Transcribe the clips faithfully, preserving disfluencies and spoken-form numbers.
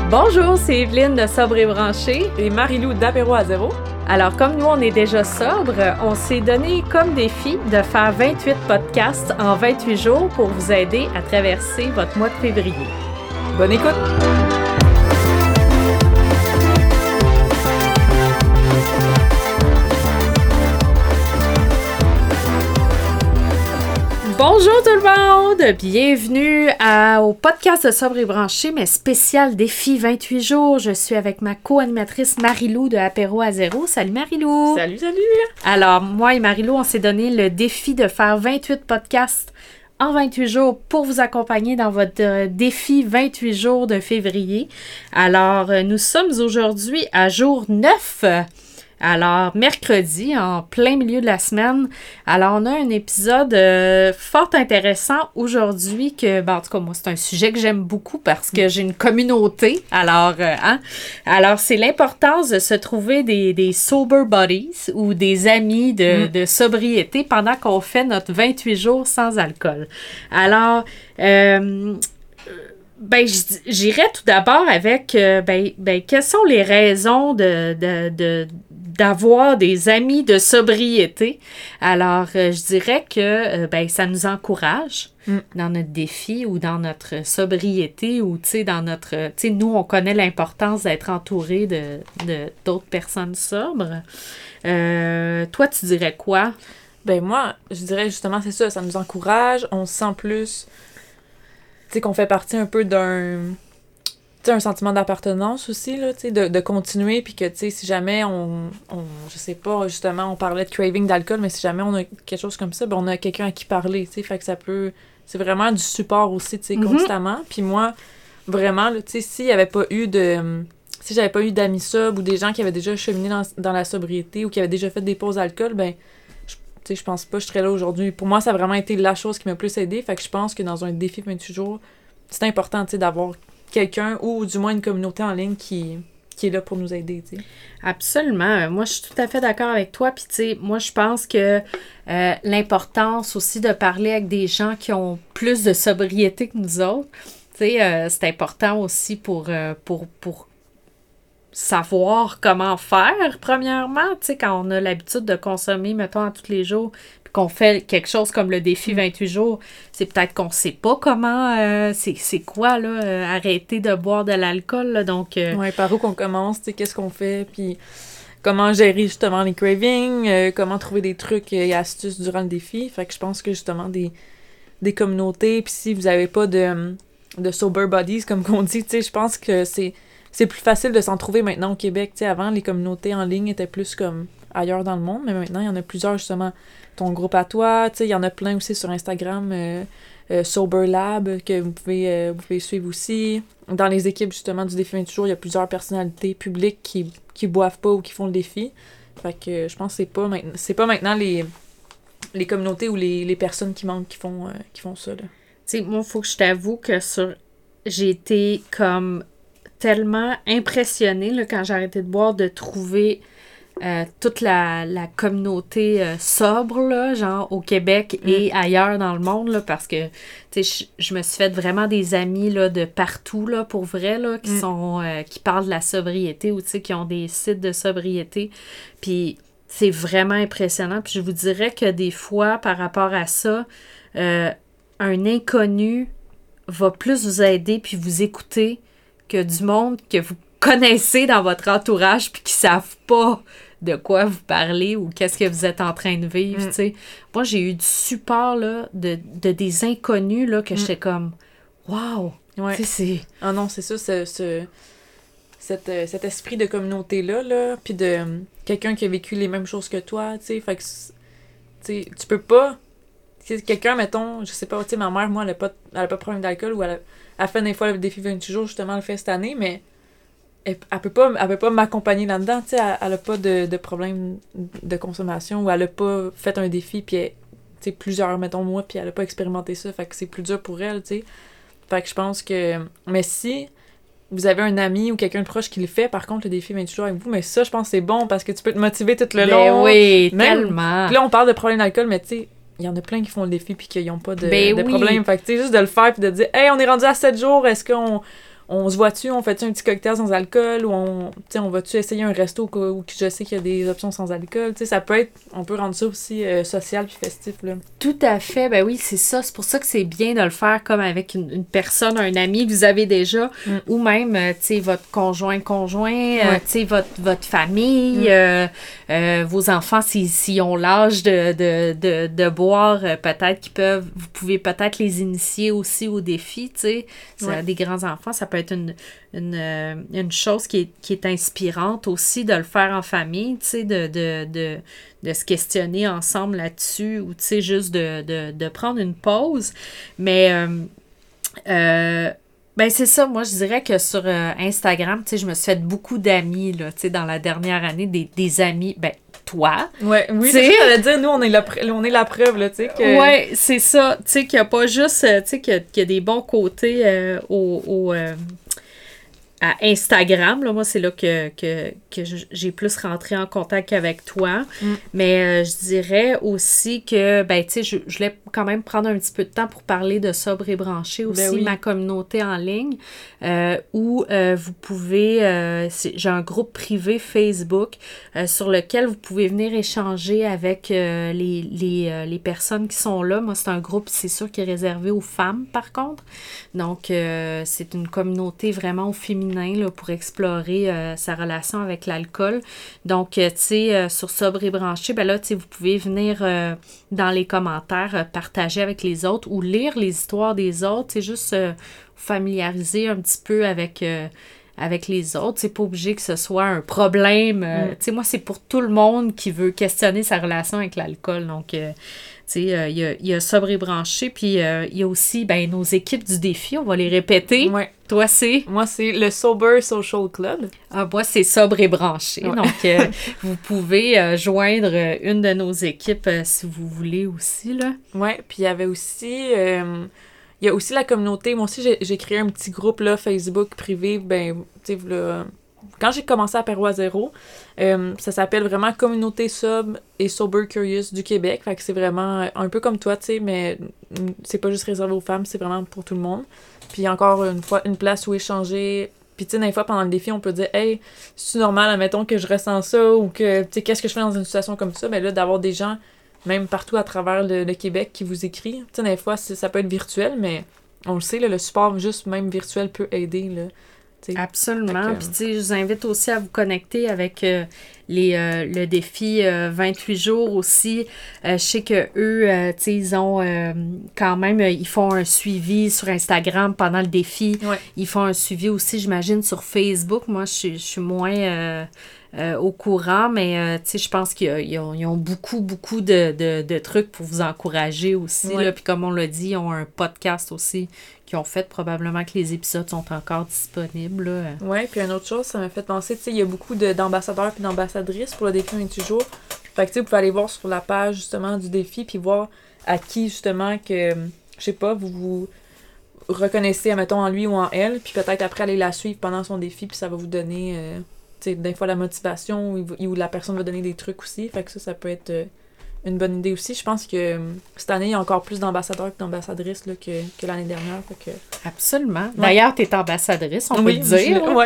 Bonjour, c'est Evelyne de Sobre et Branché. Et Marie-Lou d'Apéro à zéro. Alors, comme nous, on est déjà sobre, on s'est donné comme défi de faire vingt-huit podcasts en vingt-huit jours pour vous aider à traverser votre mois de février. Bonne écoute! Bonjour tout le monde! Bienvenue à, au podcast de Sobre et Branché, mais spécial défi vingt-huit jours. Je suis avec ma co-animatrice Marie-Lou de Apéro à zéro. Salut Marie-Lou! Salut, salut! Alors, moi et Marie-Lou, on s'est donné le défi de faire vingt-huit podcasts en vingt-huit jours pour vous accompagner dans votre euh, défi vingt-huit jours de février. Alors, euh, nous sommes aujourd'hui à jour neuf. Alors, mercredi, en plein milieu de la semaine. Alors, on a un épisode euh, fort intéressant aujourd'hui que, ben, en tout cas, moi, c'est un sujet que j'aime beaucoup parce que j'ai une communauté. Alors, euh, hein? Alors, c'est l'importance de se trouver des, des sober buddies ou des amis de, mm. de sobriété pendant qu'on fait notre vingt-huit jours sans alcool. Alors, euh, ben, j'irais tout d'abord avec, euh, ben, ben, quelles sont les raisons de, de, de d'avoir des amis de sobriété. Alors, euh, je dirais que euh, ben, ça nous encourage mm. dans notre défi ou dans notre sobriété ou, tu sais, dans notre... Tu sais, nous, on connaît l'importance d'être entouré de, de, d'autres personnes sobres. Euh, toi, tu dirais quoi? Ben moi, je dirais justement, c'est ça, ça nous encourage, on se sent plus... Tu sais, qu'on fait partie un peu d'un... Tu sais, un sentiment d'appartenance aussi, là, tu sais, de, de continuer, puis que, tu sais, si jamais on, on, je sais pas, justement, on parlait de craving d'alcool, mais si jamais on a quelque chose comme ça, ben on a quelqu'un à qui parler, tu sais, fait que ça peut, c'est vraiment du support aussi, tu sais, mm-hmm. constamment, puis moi, vraiment, là, tu sais, s'il y avait pas eu de, si j'avais pas eu d'amis sobres ou des gens qui avaient déjà cheminé dans, dans la sobriété ou qui avaient déjà fait des pauses d'alcool, ben, tu sais, je pense pas que je serais là aujourd'hui. Pour moi, ça a vraiment été la chose qui m'a plus aidée, fait que je pense que dans un défi vingt-huit jours, c'est important, tu sais, d'avoir quelqu'un ou du moins une communauté en ligne qui, qui est là pour nous aider, tu sais. Absolument. Moi, je suis tout à fait d'accord avec toi. Puis, tu sais, moi, je pense que euh, l'importance aussi de parler avec des gens qui ont plus de sobriété que nous autres, tu sais, euh, c'est important aussi pour, euh, pour, pour savoir comment faire, premièrement. Tu sais, quand on a l'habitude de consommer, mettons, à tous les jours, qu'on fait quelque chose comme le défi vingt-huit jours, c'est peut-être qu'on sait pas comment, euh, c'est, c'est quoi, là, euh, arrêter de boire de l'alcool, là, donc... Euh... Ouais, par où qu'on commence, tu sais, qu'est-ce qu'on fait, puis comment gérer, justement, les cravings, euh, comment trouver des trucs et astuces durant le défi, fait que je pense que, justement, des, des communautés, puis si vous avez pas de, de sober buddies, comme qu'on dit, tu sais, je pense que c'est, c'est plus facile de s'en trouver maintenant au Québec, tu sais, avant, les communautés en ligne étaient plus comme ailleurs dans le monde, mais maintenant, il y en a plusieurs, justement, ton groupe à toi, tu sais, il y en a plein aussi sur Instagram, euh, euh, Sober Lab, que vous pouvez, euh, vous pouvez suivre aussi. Dans les équipes, justement, du défi vingt-huit jours, il y a plusieurs personnalités publiques qui, qui boivent pas ou qui font le défi. Fait que je pense que c'est pas maintenant, c'est pas maintenant les, les communautés ou les, les personnes qui manquent qui font, euh, qui font ça, là. Tu sais, moi, il faut que je t'avoue que sur... j'ai été comme tellement impressionnée, là, quand j'ai arrêté de boire, de trouver... Euh, toute la, la communauté euh, sobre, là, genre au Québec mm. et ailleurs dans le monde, là, parce que je, je me suis fait vraiment des amis là, de partout, là, pour vrai, là, qui mm. sont euh, qui parlent de la sobriété ou qui ont des sites de sobriété. Puis c'est vraiment impressionnant. Puis je vous dirais que des fois, par rapport à ça, euh, un inconnu va plus vous aider puis vous écouter que du monde que vous connaissez dans votre entourage puis qui savent pas de quoi vous parlez ou qu'est-ce que vous êtes en train de vivre, mm. tu sais. Moi, j'ai eu du support, là, de, de des inconnus, là, que mm. j'étais comme « Wow! Ouais. » Tu sais, c'est... Ah non, c'est ça, ce, ce, cet, euh, cet esprit de communauté-là, là, puis de euh, quelqu'un qui a vécu les mêmes choses que toi, tu sais, fait que, tu sais, tu peux pas... Quelqu'un, mettons, je sais pas, tu sais, ma mère, moi, elle a pas, elle a pas de problème d'alcool ou elle a, elle a fait des fois le défi vingt-huit jours, justement, elle le fait cette année, mais... Elle, elle peut pas elle peut pas m'accompagner là-dedans, tu sais, elle, elle a pas de, de problème de consommation ou elle a pas fait un défi puis tu sais plusieurs mettons mois puis elle a pas expérimenté ça, fait que c'est plus dur pour elle, tu sais. Fait que je pense que mais si vous avez un ami ou quelqu'un de proche qui le fait, par contre le défi vingt-huit jours avec vous, mais ça je pense que c'est bon parce que tu peux te motiver tout le ben long. Oui, même, tellement. Puis là on parle de problème d'alcool, mais tu sais il y en a plein qui font le défi puis qui n'ont pas de, ben de oui. problème. Fait que tu sais juste de le faire puis de dire hey, on est rendu à sept jours, est-ce qu'on on se voit-tu, on fait-tu un petit cocktail sans alcool, ou on, on va-tu essayer un resto où je sais qu'il y a des options sans alcool, tu sais, ça peut être, on peut rendre ça aussi euh, social puis festif, là. Tout à fait, ben oui, c'est ça, c'est pour ça que c'est bien de le faire comme avec une, une personne, un ami que vous avez déjà, mm. ou même, euh, tu sais, votre conjoint, conjoint, ouais. euh, tu sais, votre, votre famille, mm. euh, euh, vos enfants, s'ils si ont l'âge de, de, de, de boire, euh, peut-être qu'ils peuvent, vous pouvez peut-être les initier aussi au défi, tu sais, ouais. des grands-enfants, ça peut être une, une, euh, une chose qui est, qui est inspirante aussi de le faire en famille, tu sais, de, de, de, de se questionner ensemble là-dessus, ou tu sais, juste de, de, de prendre une pause. Mais, euh, euh, ben c'est ça, moi je dirais que sur euh, Instagram, tu sais, je me suis fait beaucoup d'amis, là, tu sais, dans la dernière année, des, des amis, ben toi. Ouais, oui, c'est ça, j'allais dire, nous, on est la, on est la preuve, là, tu sais. Que... Ouais, c'est ça, tu sais, qu'il n'y a pas juste, tu sais, qu'il y, qu'il y a des bons côtés euh, au... au euh, à Instagram, là, moi, c'est là que, que, que j'ai plus rentré en contact avec toi. Mm. Mais euh, je dirais aussi que, ben, tu sais, je, je voulais quand même prendre un petit peu de temps pour parler de Sobre et Branché aussi, ben oui. ma communauté en ligne, euh, où euh, vous pouvez, euh, j'ai un groupe privé Facebook euh, sur lequel vous pouvez venir échanger avec euh, les, les, euh, les personnes qui sont là. Moi, c'est un groupe, c'est sûr, qui est réservé aux femmes, par contre. Donc, euh, c'est une communauté vraiment au féminin, là, pour explorer euh, sa relation avec l'alcool. Donc, euh, tu sais, euh, sur Sobre et Branché, ben là, tu sais, vous pouvez venir euh, dans les commentaires euh, partager avec les autres ou lire les histoires des autres. C'est juste euh, familiariser un petit peu avec... Euh, avec les autres. C'est pas obligé que ce soit un problème. Euh, mm. Tu sais, moi, c'est pour tout le monde qui veut questionner sa relation avec l'alcool. Donc, euh, tu sais, il euh, y, a, y a Sobre et Branché, puis il euh, y a aussi, ben, nos équipes du défi, on va les répéter. Ouais. Toi, c'est? Moi, c'est le Sober Social Club. Ah, moi, c'est Sobre et Branché. Ouais. Donc, euh, vous pouvez euh, joindre une de nos équipes euh, si vous voulez aussi, là. Oui, puis il y avait aussi... Euh... Il y a aussi la communauté. Moi aussi, j'ai, j'ai créé un petit groupe là, Facebook privé. Ben, tu sais, là, quand j'ai commencé à Apéro à zéro, euh, ça s'appelle vraiment Communauté Sobre et Sober Curious du Québec. Fait que c'est vraiment un peu comme toi, tu sais, mais c'est pas juste réservé aux femmes, c'est vraiment pour tout le monde. Puis encore une fois, une place où échanger. Puis tu sais, des fois, pendant le défi, on peut dire « Hey, c'est normal, admettons que je ressens ça » ou que, tu sais, qu'est-ce que je fais dans une situation comme ça? Ben là, d'avoir des gens... même partout à travers le, le Québec qui vous écrit. Tu sais, des fois, ça peut être virtuel, mais on le sait, là, le support juste même virtuel peut aider, là. T'sais. Absolument. Puis, tu sais, je vous invite aussi à vous connecter avec euh, les, euh, le défi euh, vingt-huit jours aussi. Euh, je sais qu'eux, euh, tu sais, ils ont euh, quand même, ils font un suivi sur Instagram pendant le défi. Ouais. Ils font un suivi aussi, j'imagine, sur Facebook. Moi, je suis, je suis moins... Euh, Euh, au courant, mais euh, tu sais, je pense qu'ils ont, ils ont beaucoup, beaucoup de, de, de trucs pour vous encourager aussi. Ouais. Là. Puis comme on l'a dit, ils ont un podcast aussi qu'ils ont fait. Probablement que les épisodes sont encore disponibles. Oui, puis une autre chose, ça m'a fait penser, tu sais, il y a beaucoup de, d'ambassadeurs puis d'ambassadrices pour le défi vingt-huit jours. Fait que tu sais, vous pouvez aller voir sur la page justement du défi puis voir à qui justement que, je sais pas, vous vous reconnaissez, admettons, en lui ou en elle, puis peut-être après aller la suivre pendant son défi, puis ça va vous donner... Euh, tu sais, des fois la motivation ou, ou la personne va donner des trucs aussi. Fait que ça, ça peut être euh, une bonne idée aussi. Je pense que euh, cette année, il y a encore plus d'ambassadeurs et d'ambassadrices là, que, que l'année dernière. Fait que... Absolument. Ouais. D'ailleurs, tu es ambassadrice, on oui, peut le dire. Oui.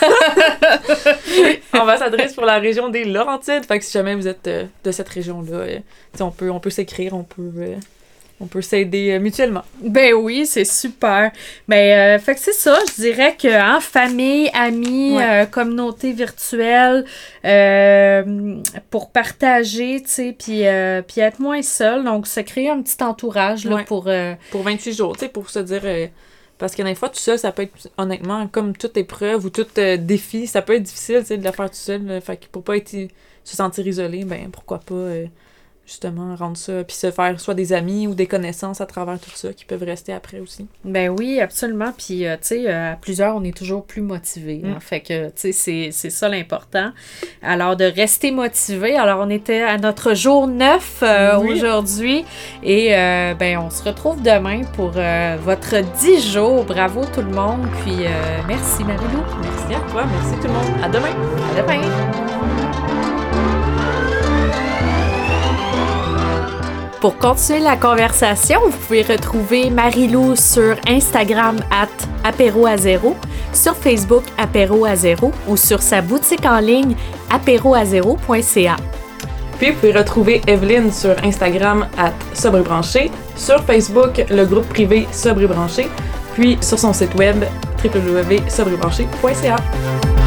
Ambassadrice pour la région des Laurentides. Fait que si jamais vous êtes euh, de cette région-là, euh, on peut, on peut s'écrire, on peut... Euh, On peut s'aider euh, mutuellement. Ben oui, c'est super. Ben, euh, fait que c'est ça, je dirais que hein, famille, amis, ouais. euh, communauté virtuelle, euh, pour partager, tu sais, puis euh, puis être moins seul. Donc, se créer un petit entourage là, ouais. pour... Euh... Pour vingt-huit jours, tu sais, pour se dire... Euh, parce que des fois, tout seul, ça peut être, honnêtement, comme toute épreuve ou tout euh, défi, ça peut être difficile, tu sais, de la faire tout seul. Là, fait que pour pas être, se sentir isolé, ben pourquoi pas... Euh, justement, rendre ça, puis se faire soit des amis ou des connaissances à travers tout ça qui peuvent rester après aussi. Ben oui, absolument. Puis, euh, tu sais, euh, à plusieurs, on est toujours plus motivés. Mm. Hein, fait que, tu sais, c'est, c'est ça l'important. Alors, de rester motivé. Alors, on était à notre jour neuf euh, oui. aujourd'hui. Et, euh, ben, on se retrouve demain pour euh, votre dix jours. Bravo tout le monde. Puis, euh, merci Marie-Lou. Merci à toi. Merci tout le monde. À demain. À demain. Pour continuer la conversation, vous pouvez retrouver Marie-Lou sur Instagram at apéro à zéro, sur Facebook apéro à zéro ou sur sa boutique en ligne apéro à zéro point c a. Puis vous pouvez retrouver Evelyne sur Instagram at sobre et branché, sur Facebook le groupe privé Sobre et branché, puis sur son site web w w w point sobre et branché point c a.